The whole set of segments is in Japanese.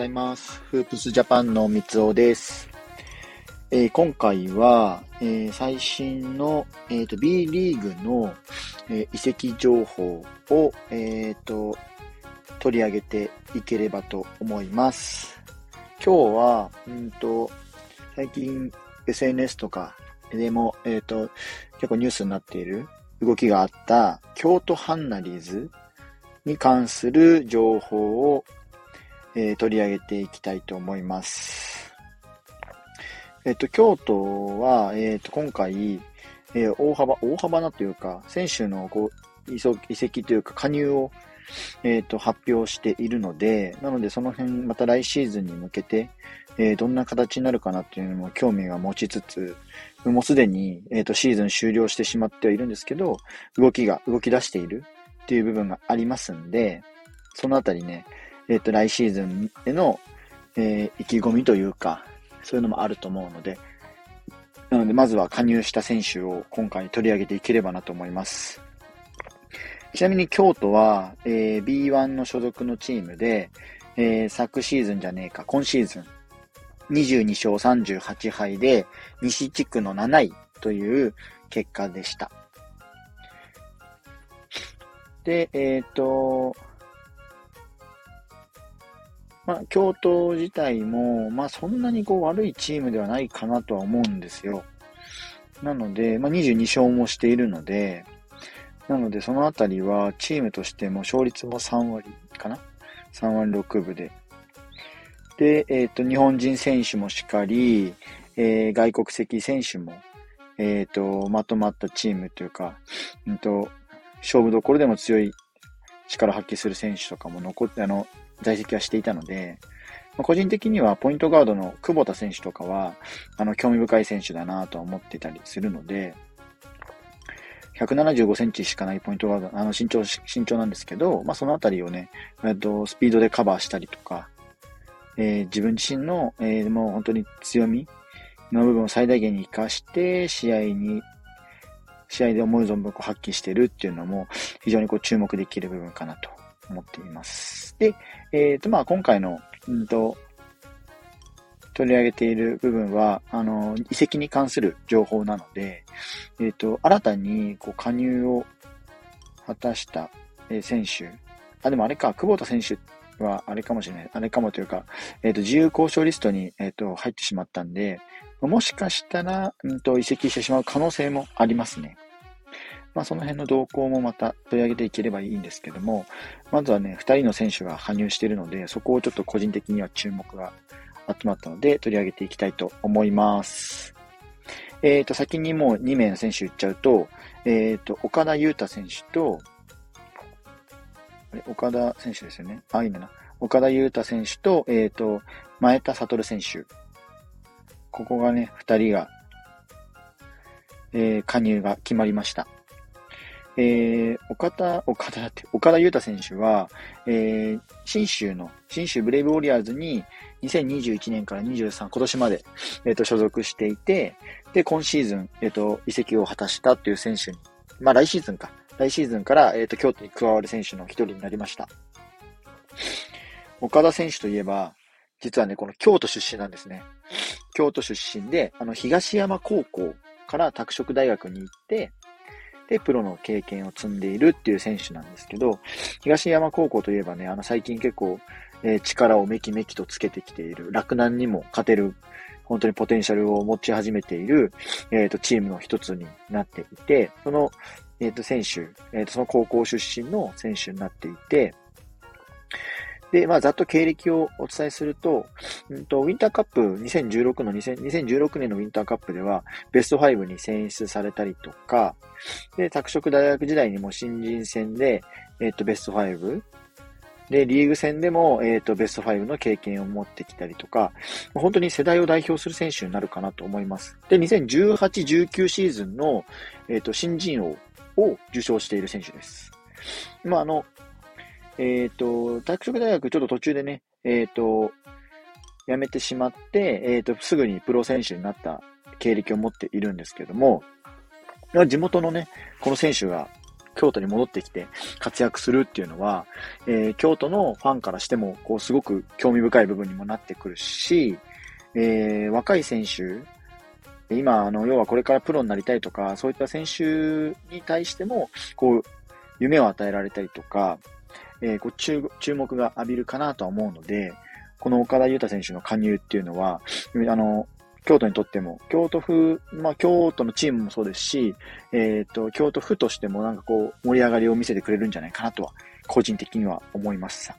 います。フープスジャパンの三尾です。今回は、最新の、B リーグの、移籍情報を、取り上げていければと思います。今日は、最近 SNS とかでも、結構ニュースになっている動きがあった京都ハンナリーズに関する情報を、取り上げていきたいと思います。京都は、今回、大幅なというか、選手の移籍というか加入を、発表しているので、なのでその辺また来シーズンに向けて、どんな形になるかなっていうのも興味が持ちつつ、もうすでに、シーズン終了してしまってはいるんですけど、動き出しているっていう部分がありますんで、そのあたりね、来シーズンへの、意気込みというか、そういうのもあると思うので、なのでまずは加入した選手を今回取り上げていければなと思います。ちなみに京都は、B1 の所属のチームで、今シーズン22勝38敗で西地区の7位という結果でした。で、京都自体も、そんなに悪いチームではないかなとは思うんですよ。なので、22勝もしているので、そのあたりはチームとしても勝率も3割かな ?3 割6分で。で、日本人選手もしっかり、外国籍選手も、まとまったチームというか、勝負どころでも強い力を発揮する選手とかも在籍はしていたので、個人的にはポイントガードの久保田選手とかは、興味深い選手だなと思ってたりするので、175センチしかないポイントガード、身長なんですけど、そのあたりをね、スピードでカバーしたりとか、自分自身の、もう本当に強みの部分を最大限に活かして、試合で思う存分発揮してるっていうのも、非常に注目できる部分かなと思っています。で、今回の、取り上げている部分は、移籍に関する情報なので、新たに加入を果たした選手、でもあれか、久保田選手はあれかもしれない。あれかもというか、自由交渉リストに、入ってしまったんで、もしかしたら、移籍してしまう可能性もありますね。その辺の動向もまた取り上げていければいいんですけども、まずはね、2人の選手が加入しているので、そこをちょっと個人的には注目が集まったので、取り上げていきたいと思います。先にもう2名の選手言っちゃうと、岡田優太選手と、岡田選手ですよね。いいんだな。岡田優太選手と、前田悟選手。ここがね、2人が、加入が決まりました。岡田優太選手は、信州ブレイブウォリアーズに2021年から23、今年まで、所属していて、で、今シーズン、移籍を果たしたという選手に、来シーズンから、京都に加わる選手の一人になりました。岡田選手といえば、実はね、この京都出身なんですね。京都出身で、東山高校から拓殖大学に行って、で、プロの経験を積んでいるっていう選手なんですけど、東山高校といえばね、最近結構、力をめきめきとつけてきている、洛南にも勝てる、本当にポテンシャルを持ち始めている、チームの一つになっていて、その、選手、その高校出身の選手になっていて、で、ざっと経歴をお伝えすると、ウィンターカップ2016年のウィンターカップでは、ベスト5に選出されたりとか、で、拓殖大学時代にも新人戦で、ベスト5、で、リーグ戦でも、ベスト5の経験を持ってきたりとか、本当に世代を代表する選手になるかなと思います。で、2018-19シーズンの、新人王を受賞している選手です。拓殖大学ちょっと途中でね、辞めてしまって、すぐにプロ選手になった経歴を持っているんですけども、地元のね、この選手が京都に戻ってきて活躍するっていうのは、京都のファンからしても、すごく興味深い部分にもなってくるし、若い選手、今、要はこれからプロになりたいとか、そういった選手に対しても、夢を与えられたりとか、注目が浴びるかなとは思うので、この岡田優太選手の加入っていうのは、京都にとっても、京都のチームもそうですし、京都府としても盛り上がりを見せてくれるんじゃないかなとは、個人的には思いました。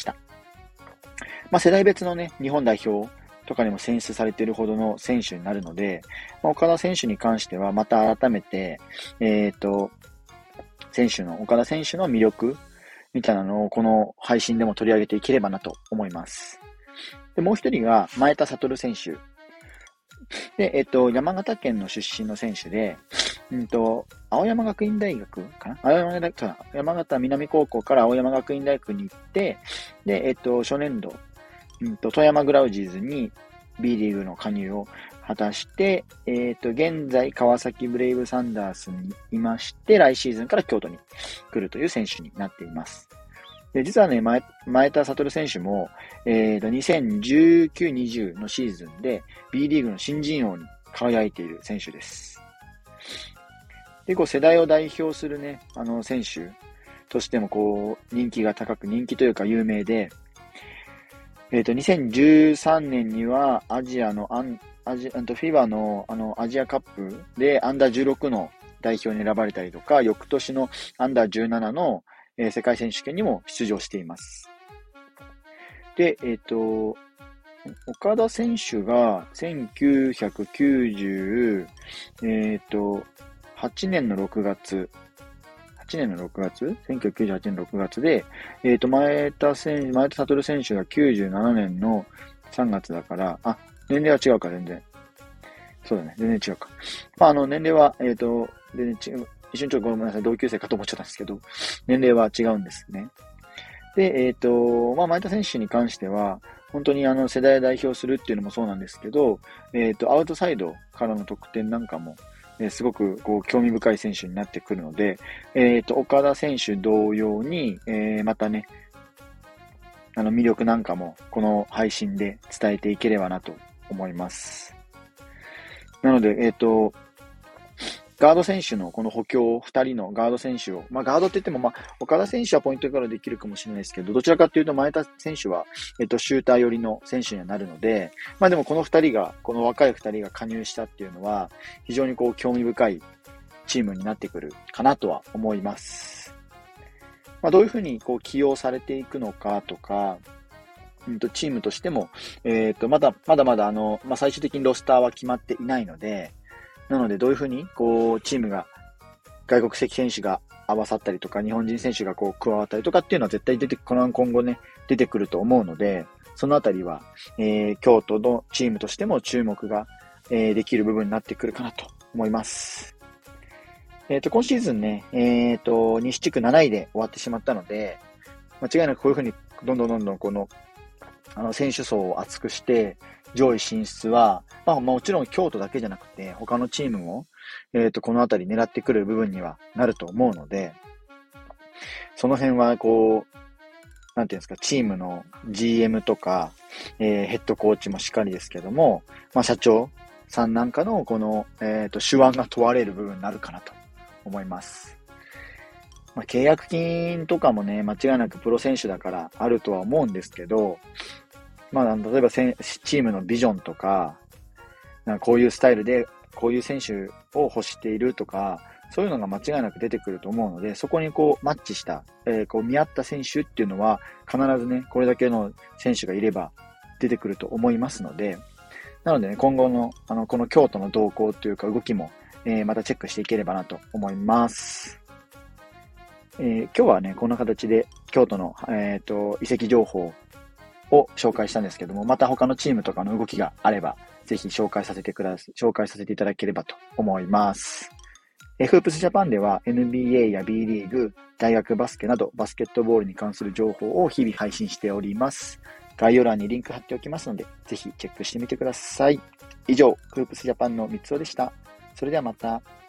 世代別のね、日本代表とかにも選出されているほどの選手になるので、岡田選手に関しては、また改めて、岡田選手の魅力みたいなのをこの配信でも取り上げていければなと思います。で、もう一人が前田悟選手。で、山形県の出身の選手で、青山学院大学かな山形南高校から青山学院大学に行って、で、初年度、富山グラウジーズに B リーグの加入を果たして、現在川崎ブレイブサンダースにいまして、来シーズンから京都に来るという選手になっています。で、実はね、前田悟選手も、2019-20のシーズンで B リーグの新人王に輝いている選手です。で、世代を代表するね、選手としても人気が高く、人気というか有名で、2013年にはFIBA のアジアカップでアンダー16の代表に選ばれたりとか、翌年のアンダー17の世界選手権にも出場しています。で、岡田選手が1998年の6月、1998年6月で、前田悟選手が97年の3月だから、年齢は違うか、全然。そうだね、全然違うか。年齢は、全然違う。一瞬ごめんなさい、同級生かと思っちゃったんですけど、年齢は違うんですね。で、前田選手に関しては、本当に世代を代表するっていうのもそうなんですけど、アウトサイドからの得点なんかも、すごく興味深い選手になってくるので、岡田選手同様に、またね、魅力なんかもこの配信で伝えていければなと思います。なので、ガード選手のこの補強2人のガード選手を、ガードって言っても、岡田選手はポイントからできるかもしれないですけど、どちらかというと前田選手は、シューター寄りの選手にはなるので、でもこの若い2人が加入したっていうのは、非常に興味深いチームになってくるかなとは思います。どういうふうに起用されていくのかとか、チームとしても、まだまだ最終的にロスターは決まっていないので、なのでどういうふうにチームが外国籍選手が合わさったりとか、日本人選手が加わったりとかっていうのは絶対今後ね、出てくると思うので、そのあたりは、京都のチームとしても注目が、できる部分になってくるかなと思います。今シーズンね、西地区7位で終わってしまったので、間違いなくこういうふうにどんどんこの選手層を厚くして上位進出は、もちろん京都だけじゃなくて他のチームも、このあたり狙ってくる部分にはなると思うので、その辺はなんていうんですか、チームの GM とか、ヘッドコーチもしっかりですけども、社長さんなんかの手腕が問われる部分になるかなと思います。契約金とかもね、間違いなくプロ選手だからあるとは思うんですけど、例えばチームのビジョンとか、こういうスタイルでこういう選手を欲しているとか、そういうのが間違いなく出てくると思うので、そこにマッチした、見合った選手っていうのは必ずね、これだけの選手がいれば出てくると思いますので、なのでね、今後のこの京都の動向というか動きも、またチェックしていければなと思います。今日はね、こんな形で京都の、移籍情報を紹介したんですけども、また他のチームとかの動きがあれば、ぜひ紹介させていただければと思います。フープスジャパンでは NBA や B リーグ、大学バスケなどバスケットボールに関する情報を日々配信しております。概要欄にリンク貼っておきますので、ぜひチェックしてみてください。以上、フープスジャパンの三つおでした。それではまた。